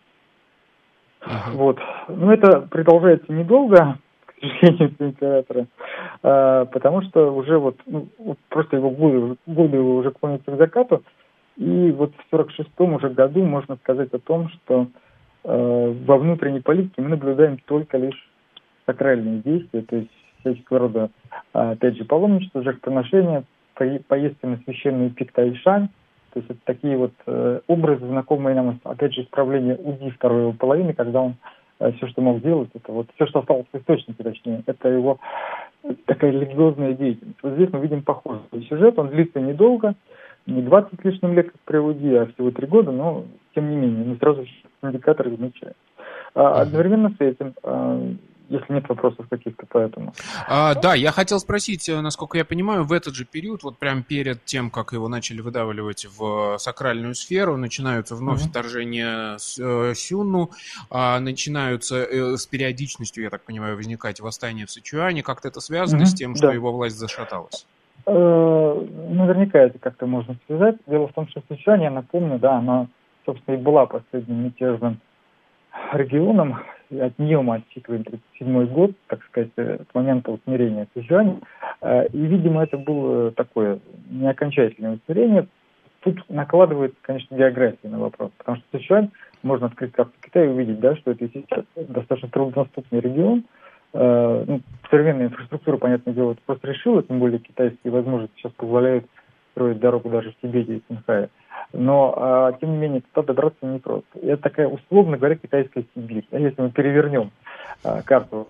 Вот. Но это продолжается недолго, к сожалению, для императора, потому что уже просто его годы уже клонятся к закату, и вот в 1946 уже году можно сказать о том, что во внутренней политике мы наблюдаем только лишь сакральные действия, то есть всяческого рода, опять же, паломничество, жертвоприношения, поездки на священный пик Тайшань, то есть это такие вот образы, знакомые нам, опять же, исправление УДИ второй его половины, когда он все, что мог сделать, это вот все, что осталось в источнике, точнее, это его такая религиозная деятельность. Вот здесь мы видим похожий сюжет, он длится недолго, не 20 с лишним лет, как при УДИ, а всего 3 года, но тем не менее, мы сразу же индикаторы замечаем. Одновременно с этим, если нет вопросов каких-то по этому. Да, я хотел спросить, насколько я понимаю, в этот же период, вот прямо перед тем, как его начали выдавливать в сакральную сферу, начинаются вновь вторжения Сюнну, начинаются с периодичностью, я так понимаю, возникать восстания в Сычуане. Как-то это связано с тем, что его власть зашаталась? Наверняка это как-то можно связать. Дело в том, что Сычуань, я напомню, да, она, собственно, и была последним мятежным регионом, и от нее мы отсчитываем 1937 год, так сказать, от момента усмирения Сычуаня. И, видимо, это было такое неокончательное усмирение. Тут накладывается, конечно, география на вопрос, потому что Сычуань, можно открыть карту Китая и увидеть, да, что это сейчас достаточно труднодоступный регион. Современная инфраструктура, понятное дело, это просто решила, тем более китайские возможности сейчас позволяют строить дорогу даже в Тибете и Синхае. Но, тем не менее, туда добраться непросто. Это такая, условно говоря, китайская Сибирь. Если мы перевернем карту,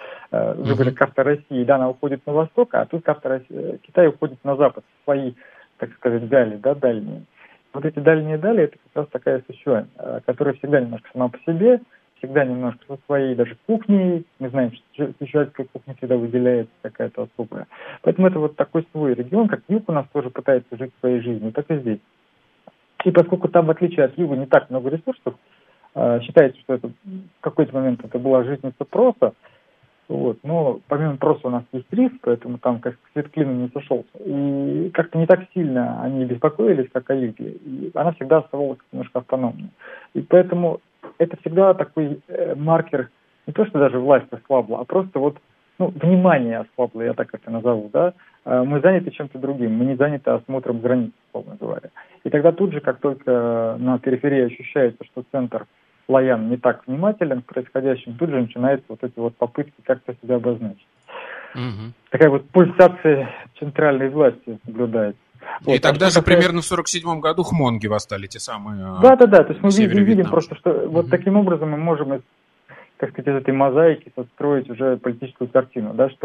карта России, да, она уходит на восток, а тут карта России, Китай уходит на запад, свои, так сказать, дали, да, дальние. Вот эти дальние дали, это как раз такая Сычуань, которая всегда немножко сама по себе, всегда немножко со своей даже кухней. Мы знаем, что сычуанская кухня всегда выделяется какая-то особая. Поэтому это вот такой свой регион, как юг у нас тоже пытается жить своей жизнью, так и здесь. И поскольку там, в отличие от юга, не так много ресурсов, считается, что это в какой-то момент это была житница проса, вот, но помимо проса у нас есть рис, поэтому там как свет клином не сошелся. И как-то не так сильно они беспокоились, как о юге. И она всегда оставалась немножко автономной. И поэтому это всегда такой маркер, не то, что даже власть ослабла, а просто вот, внимание ослабло, я так это назову, да. Мы заняты чем-то другим, мы не заняты осмотром границ, условно говоря. И тогда тут же, как только на периферии ощущается, что центр лоян не так внимателен к происходящему, тут же начинаются вот эти вот попытки как-то себя обозначить. Такая вот пульсация центральной власти наблюдается. И тогда же примерно в 1947 году хмонги восстали, те самые. Да. То есть мы видим просто, что вот таким образом мы можем, так сказать, из этой мозаики состроить уже политическую картину, да, что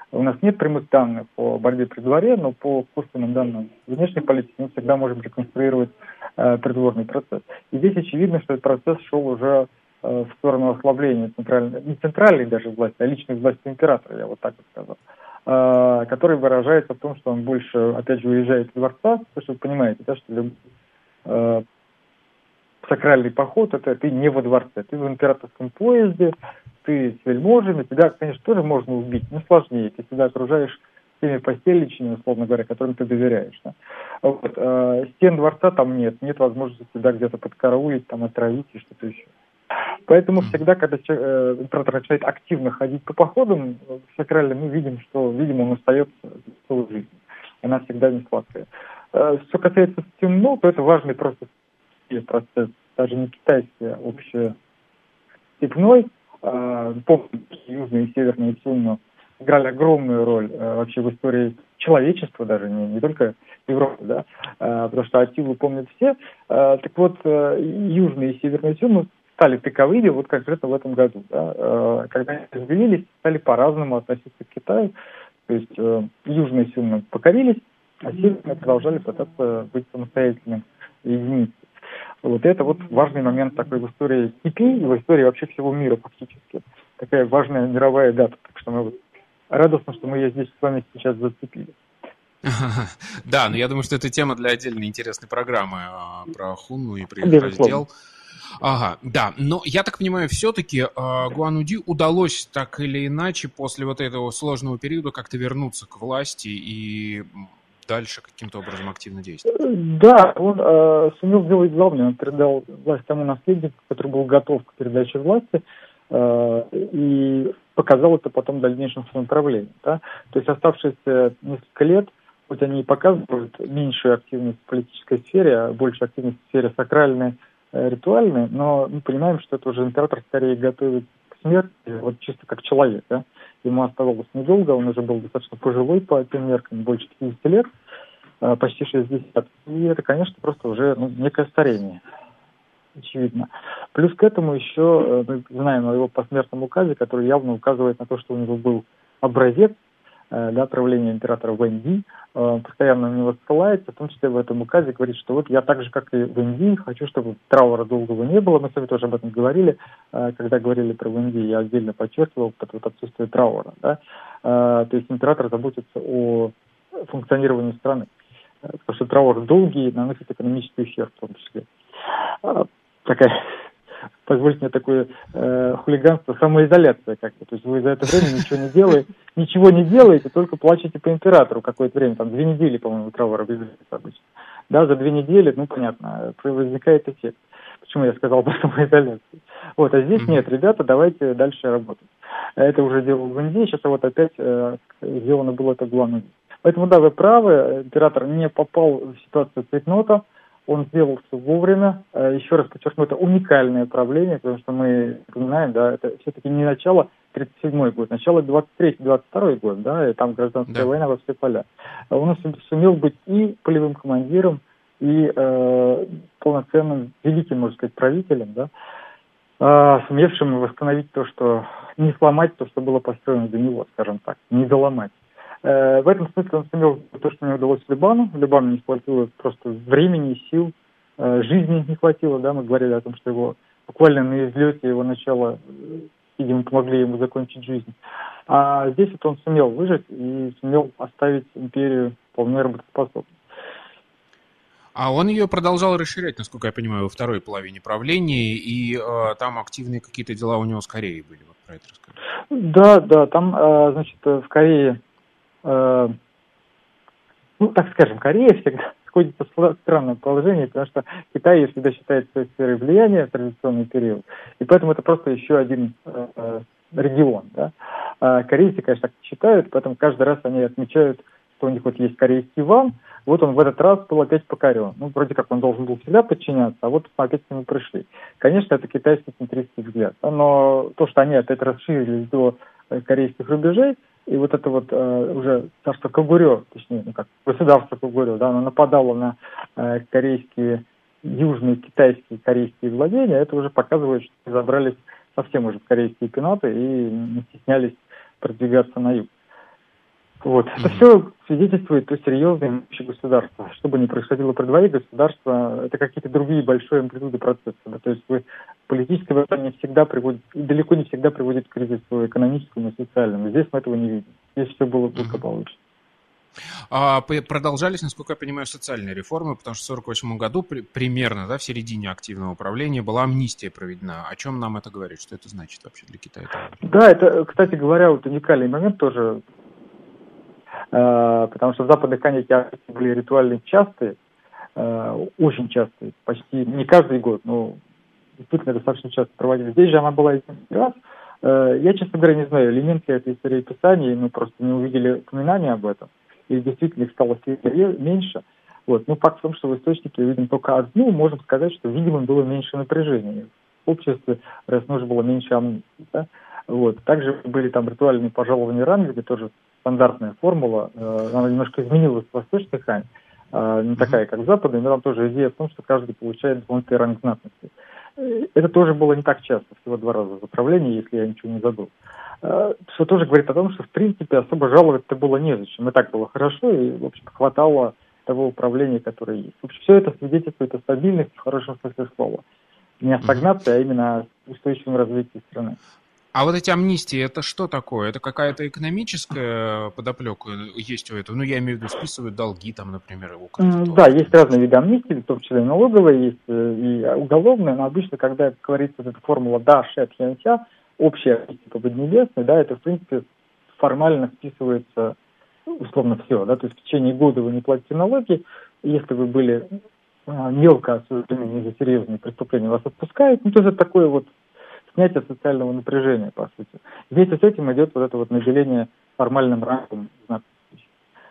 У нас нет прямых данных по борьбе при дворе, но по косвенным данным внешней политики мы всегда можем реконструировать придворный процесс. И здесь очевидно, что этот процесс шел уже в сторону ослабления не центральной даже власти, а личной власти императора, я вот так вот сказал, который выражается в том, что он больше, опять же, уезжает из дворца, потому что вы понимаете, да, что сакральный поход, это ты не во дворце, ты в императорском поезде, ты с вельможами, тебя, конечно, тоже можно убить, но сложнее, ты себя окружаешь теми постельничами, условно говоря, которым ты доверяешь. Да? Вот, стен дворца там нет возможности тебя где-то подкараулить, там, отравить и что-то еще. Поэтому всегда, когда император начинает активно ходить по походам сакральным, мы видим, что, видимо, он остается целую жизнь. Она всегда не сладкая. Что касается темно, то это важный процесс, даже не китайский, а общестепной. Помните, южные и северные Сунну играли огромную роль вообще в истории человечества, даже не только Европы, да, потому что Аттилу помнят все. Так вот, южные и северные Сунну стали таковыми вот конкретно в этом году. Да, когда они разделились, стали по-разному относиться к Китаю. То есть южные Сунну покорились, а северные продолжали пытаться быть самостоятельным единицей. Вот это вот важный момент такой в истории степей и в истории вообще всего мира фактически. Такая важная мировая дата. Так что мы вот радостно, что мы ее здесь с вами сейчас зацепили. Да, но я думаю, что это тема для отдельной интересной программы про Хунну и про их раздел. Ага, да, но я так понимаю, все-таки Гуануди удалось так или иначе после вот этого сложного периода как-то вернуться к власти и дальше каким-то образом активно действовать. Да, он сумел сделать главное, он передал власть тому наследнику, который был готов к передаче власти, и показал это потом в дальнейшем своем правлении. Да? То есть оставшиеся несколько лет, хоть они и показывают меньшую активность в политической сфере, а большую активность в сфере сакральной, ритуальной, но мы понимаем, что это уже император скорее готовит к смерти, вот чисто как человек. Да? Ему оставалось недолго, он уже был достаточно пожилой по тем меркам, больше 50 лет, почти 60. И это, конечно, просто уже некое старение, очевидно. Плюс к этому еще мы знаем о его посмертном указе, который явно указывает на то, что у него был образец правления императора Вэньди, постоянно на него ссылается, в том числе в этом указе говорит, что вот я так же, как и Вэньди, хочу, чтобы траура долгого не было. Мы с вами тоже об этом говорили, когда говорили про Вэньди, я отдельно подчеркивал вот отсутствие траура. Да? То есть император заботится о функционировании страны, потому что траур долгий наносит экономический ущерб в том числе. Такая, позвольте мне такое хулиганство, самоизоляция как-то. То есть вы за это время ничего не делаете, только плачете по императору какое-то время, там 2 недели, по-моему, траур обязательно обычно. Да, за 2 недели, понятно, возникает эффект. Почему я сказал про самоизоляцию? Вот, а здесь нет, ребята, давайте дальше работать. Это уже делал в Индии, сейчас вот опять сделано было это главное. Поэтому, да, вы правы, император не попал в ситуацию цейтнота, он сделал все вовремя. Еще раз подчеркну, это уникальное правление, потому что мы знаем, да, это все-таки не начало 37-й год, начало 23-22 год, да, и там гражданская война во все поля. Он сумел быть и полевым командиром, и полноценным, великим, можно сказать, правителем, да, сумевшим восстановить то, что, не сломать то, что было построено до него, скажем так, не доломать. В этом смысле он сумел то, что не удалось Либану. Либану не хватило просто времени, сил, жизни не хватило. Да? Мы говорили о том, что его буквально на излете его начала, видимо, помогли ему закончить жизнь. А здесь вот он сумел выжить и сумел оставить империю вполне работоспособной. А он ее продолжал расширять, насколько я понимаю, во второй половине правления, и там активные какие-то дела у него с Кореей были. Вот про это расскажи. Да, там, значит, в Корее, так скажем, Корея всегда находится в странном положении, потому что Китай всегда считает своей сферой влияния в традиционный период, и поэтому это просто еще один регион. Да? Корейцы, конечно, так считают, поэтому каждый раз они отмечают, что у них вот есть корейский Ван, вот он в этот раз был опять покорен. Вроде как он должен был всегда подчиняться, а вот опять к нему пришли. Конечно, это китайский центристский взгляд, но то, что они опять расширились до корейских рубежей, и вот это вот уже царство Когурё, точнее, государство Когурё, да, оно нападало на корейские, южные китайские, корейские владения, это уже показывает, что забрались совсем уже в корейские пенаты и не стеснялись продвигаться на юг. Вот. Это все свидетельствует о серьезной мощи государства. Что бы ни происходило при дворе, государство – это какие-то другие большие амплитуды процесса. Да? То есть политическое восстание всегда приводит, далеко не всегда приводит к кризису экономическому и социальному. Здесь мы этого не видим. Здесь все было благополучно. Продолжались, насколько я понимаю, социальные реформы, потому что в 1948 году примерно, да, в середине активного управления была амнистия проведена. О чем нам это говорит? Что это значит вообще для Китая? Да, это, кстати говоря, вот уникальный момент тоже, потому что в западных конечности амнистии были ритуально частые, очень частые, почти не каждый год, но действительно достаточно часто проводились. Здесь же она была один раз. Я, честно говоря, не знаю, элементы этой истории писания, мы просто не увидели упоминания об этом. И действительно их стало меньше. Вот. Но факт в том, что в источнике видим только одну, можем сказать, что, видимо, было меньше напряжения. В обществе, раз нужно было меньше амнистии. Да? Вот. Также были там ритуальные пожалования ранга, где тоже стандартная формула, она немножко изменилась в восточной Хань, не такая, как в западной, но там тоже идея в том, что каждый получает дополнительный ранг знатности. Это тоже было не так часто, всего 2 раза за правление, если я ничего не забыл. Что тоже говорит о том, что, в принципе, особо жаловать-то было незачем. И так было хорошо, и, в общем, хватало того управления, которое есть. В общем, все это свидетельствует о стабильности, в хорошем смысле слова. Не о стагнации, а именно о устойчивом развитии страны. А вот эти амнистии, это что такое? Это какая-то экономическая подоплека есть у этого? Ну, я имею в виду, списывают долги, там, например, у кредиторов. Да, есть разные виды амнистии, в том числе и налоговые, есть и уголовные, но обычно, когда говорится вот эта формула «да, шет, янся», общая амнистия по Поднебесной, да, это, в принципе, формально списывается условно все, да, то есть в течение года вы не платите налоги, если вы были мелко осуждены не за серьезные преступления, вас отпускают, ну, то есть это такое вот снятие социального напряжения, по сути. Вместе с этим идет вот это вот наделение формальным рангом знатности.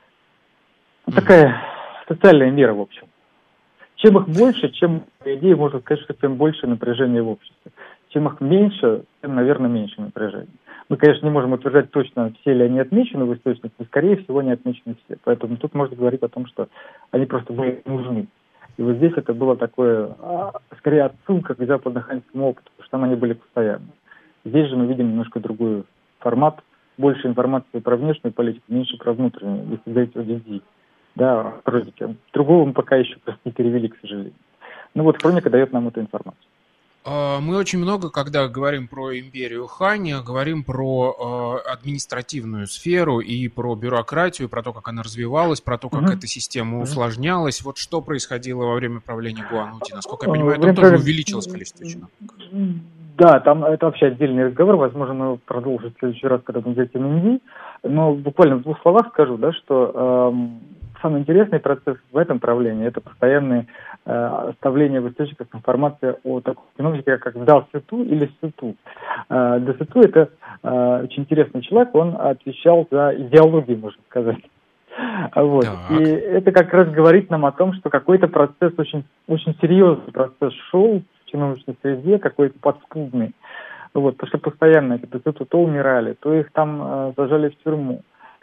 Такая социальная мера, в общем. Чем их больше, чем, по идее, можно сказать, что тем больше напряжения в обществе. Чем их меньше, тем, наверное, меньше напряжения. Мы, конечно, не можем утверждать точно, все ли они отмечены в источнике, но, скорее всего, не отмечены все. Поэтому тут можно говорить о том, что они просто были нужны. И вот здесь это было такое, скорее, отсылка к западно-ханьскому опыту, потому что там они были постоянно. Здесь же мы видим немножко другой формат, больше информации про внешнюю политику, меньше про внутреннюю, если говорить о Дидзи. Да, хроники. Другого мы пока еще просто не перевели, к сожалению. Ну вот хроника дает нам эту информацию. Мы очень много, когда говорим про империю Хань, говорим про административную сферу и про бюрократию, про то, как она развивалась, про то, как эта система усложнялась. Вот что происходило во время правления Гуанути? Насколько я понимаю, там тоже увеличилось количество чиновников. Да, там это вообще отдельный разговор. Возможно, мы его продолжим в следующий раз, когда мы зайдем на Индии. Но буквально в 2 словах скажу, да, что самый интересный процесс в этом правлении – это постоянное оставление в источниках информации о таком чиновнике, как Дал Сету или Сету. Дал Сету – это очень интересный человек, он отвечал за идеологию, можно сказать. Вот. И это как раз говорит нам о том, что какой-то процесс, очень, очень серьезный процесс шел в чиновничной среде, какой-то подспудный. Вот. Потому что постоянно это то умирали, то их там сажали в тюрьму,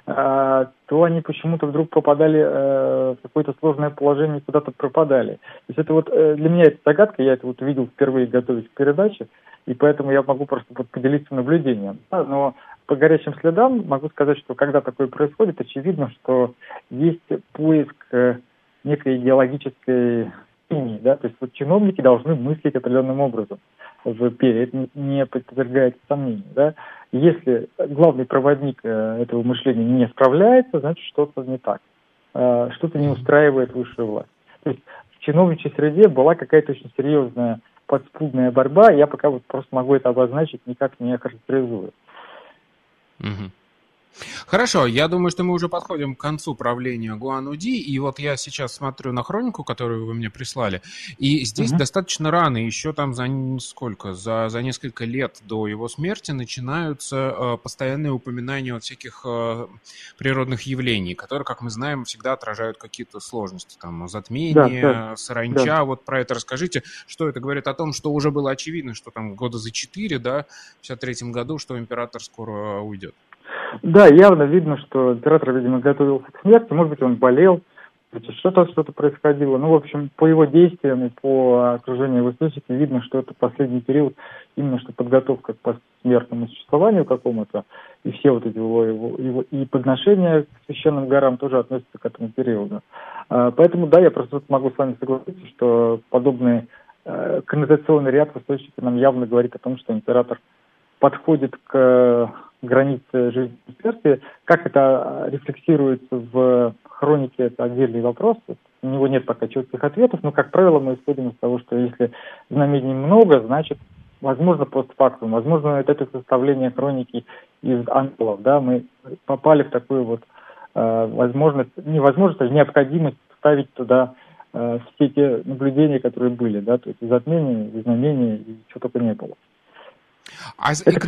то они почему-то вдруг попадали в какое-то сложное положение, куда-то пропадали. То есть это вот для меня это загадка, я это вот увидел впервые, готовясь к передаче, и поэтому я могу просто вот поделиться наблюдением. Да? Но по горячим следам могу сказать, что когда такое происходит, очевидно, что есть поиск некой идеологической линии, да, то есть вот чиновники должны мыслить определенным образом в империи, это не подвергается сомнению, да. Если главный проводник этого мышления не справляется, значит что-то не так, что-то не устраивает высшую власть. То есть в чиновничьей среде была какая-то очень серьезная подспудная борьба, я пока вот просто могу это обозначить, никак не характеризую. Хорошо, я думаю, что мы уже подходим к концу правления Гуануди, и вот я сейчас смотрю на хронику, которую вы мне прислали, и здесь достаточно рано, еще там за несколько лет до его смерти начинаются постоянные упоминания вот всяких природных явлений, которые, как мы знаем, всегда отражают какие-то сложности, там, затмение, саранча, да. Вот про это расскажите, что это говорит о том, что уже было очевидно, что там года за 4, да, в 1953 году, что император скоро уйдет. Да, явно видно, что император, видимо, готовился к смерти, может быть, он болел, что-то происходило. Ну, в общем, по его действиям и по окружению в источнике видно, что это последний период, именно что подготовка к посмертному существованию какому-то, и все вот эти его и подношения к священным горам тоже относятся к этому периоду. Поэтому, да, я просто могу с вами согласиться, что подобный коннотационный ряд в источнике нам явно говорит о том, что император подходит к границе жизни и смерти. Как это рефлексируется в хронике, это отдельный вопрос. У него нет пока четких ответов, но, как правило, мы исходим из того, что если знамений много, значит, возможно, постфактум, возможно, это составление хроники из ангелов, да, мы попали в такую вот необходимость вставить туда все те наблюдения, которые были, да, то есть и затмения, и знамения, и чего только не было. А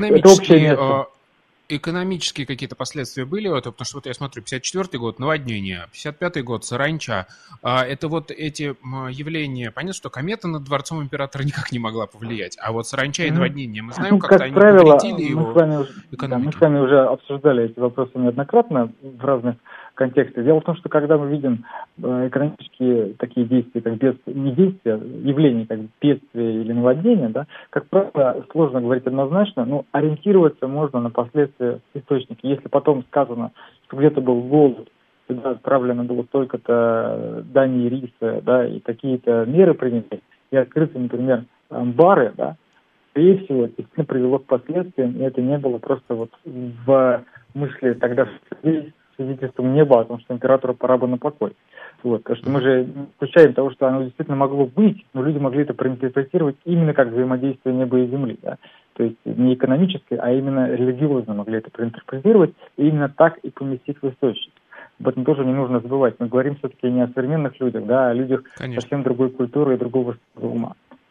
экономические какие-то последствия были? Потому что вот я смотрю, 54-й год наводнение, 55-й год саранча. Это вот эти явления, понятно, что комета над дворцом императора никак не могла повлиять, а вот саранча и наводнение, мы знаем, как-то они повредили его экономику. Мы с вами уже обсуждали эти вопросы неоднократно в разных контексте. Дело в том, что когда мы видим экономические такие действия, как явления, как бедствие или наводнение, да, как правило, сложно говорить однозначно, но ориентироваться можно на последствия источника. Если потом сказано, что где-то был голод, сюда отправлено было столько-то дани риса, да, и какие-то меры приняты, и открыты, например, амбары, да, скорее всего, это действительно привело к последствиям, и это не было просто вот в мысли тогда свидетельством неба о том, что императору пора бы на покой. Вот, потому что мы же не исключаем того, что оно действительно могло быть, но люди могли это проинтерпретировать именно как взаимодействие неба и земли. Да? То есть не экономически, а именно религиозно могли это проинтерпретировать, и именно так и поместить в источник. Об этом тоже не нужно забывать. Мы говорим все-таки не о современных людях, да, а о людях совсем другой культуры и другого ума.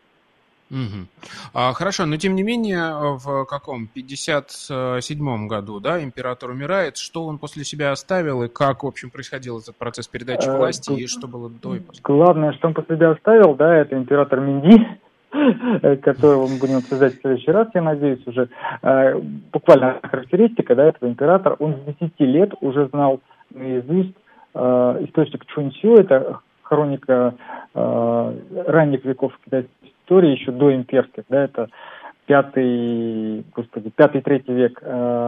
Хорошо, но тем не менее, в каком 57-м году, да, император умирает, что он после себя оставил и как, в общем, происходил этот процесс передачи власти и что было до и после? Главное, что он после себя оставил, да, это император Минди, которого мы будем обсуждать в следующий раз, я надеюсь, уже. Буквально характеристика, да, этого императора, он с 10 лет уже знал наизусть источник Чуньцю, это хроника ранних веков китайской истории, еще до имперских, да, это 5-3 век,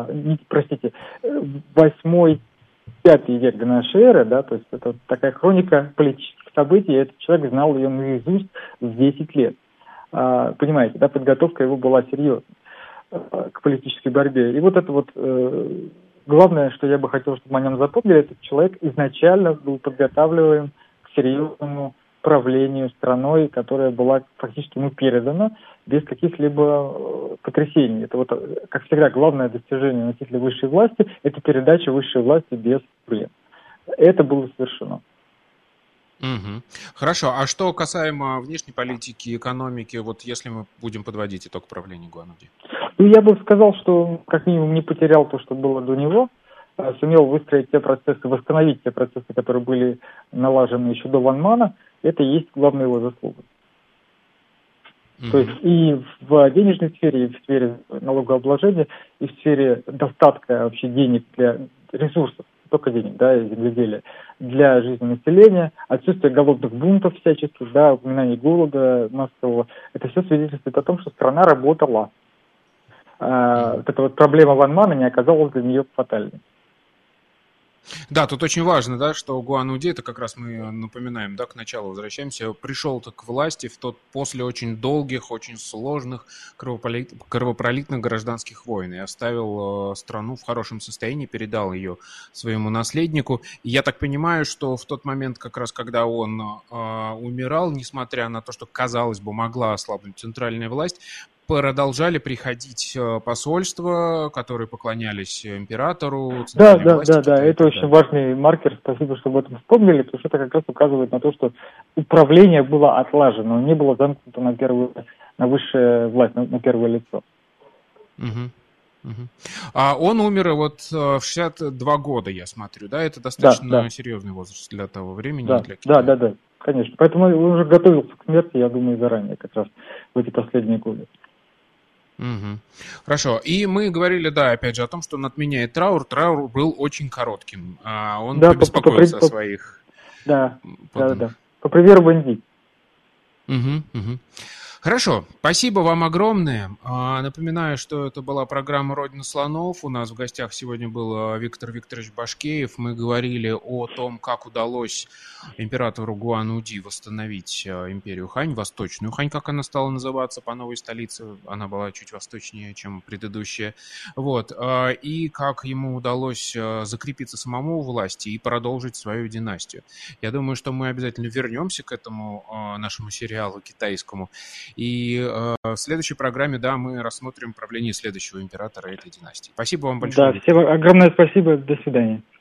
8-5 век до нашей эры, да, то есть это такая хроника политических событий, и этот человек знал ее наизусть в 10 лет. Понимаете, да, подготовка его была серьезной к политической борьбе. И вот это вот главное, что я бы хотел, чтобы мы о нем запомнили, этот человек изначально был подготавливаем к серьезному правлению страной, которая была фактически ему передана без каких-либо потрясений. Это вот, как всегда, главное достижение носителя высшей власти – это передача высшей власти без проблем. Это было совершено. Хорошо. А что касаемо внешней политики, экономики, вот если мы будем подводить итог правления Гуануди? Ну, я бы сказал, что как минимум не потерял то, что было до него, сумел выстроить те процессы, восстановить те процессы, которые были налажены еще до Ван Мана. Это и есть главная его заслуга. То есть и в денежной сфере, и в сфере налогообложения, и в сфере достатка вообще денег для ресурсов, не только денег, да, и земледелия, для жизни населения, отсутствие голодных бунтов всяческих, да, упоминание голода массового, это все свидетельствует о том, что страна работала. Вот эта вот проблема Ван Мана не оказалась для нее фатальной. Да, тут очень важно, да, что Гуануди, это как раз мы напоминаем, да, к началу возвращаемся, пришел-то к власти после очень долгих, очень сложных кровопролитных гражданских войн и оставил страну в хорошем состоянии, передал ее своему наследнику. И я так понимаю, что в тот момент, как раз когда он умирал, несмотря на то, что, казалось бы, могла ослабнуть центральная власть, продолжали приходить посольства, которые поклонялись императору. Да, это очень важный маркер. Спасибо, что об этом вспомнили, потому что это как раз указывает на то, что управление было отлажено, не было замкнуто на высшую власть, на первое лицо. А он умер вот в 62 года, я смотрю, да? Это достаточно серьезный возраст для того времени. Да, для Китая. Да, конечно. Поэтому он уже готовился к смерти, я думаю, заранее, как раз в эти последние годы. Хорошо. И мы говорили, да, опять же, о том, что он отменяет траур. Траур был очень коротким. Он побеспокоился о своих Да. По примеру Бенди. Хорошо, спасибо вам огромное. Напоминаю, что это была программа «Родина слонов». У нас в гостях сегодня был Виктор Викторович Башкеев. Мы говорили о том, как удалось императору Гуан-Уди восстановить империю Хань, Восточную Хань, как она стала называться по новой столице. Она была чуть восточнее, чем предыдущая. Вот. И как ему удалось закрепиться самому у власти и продолжить свою династию. Я думаю, что мы обязательно вернемся к этому нашему сериалу китайскому. И в следующей программе, да, мы рассмотрим правление следующего императора этой династии. Спасибо вам большое. Да, всем огромное спасибо. До свидания.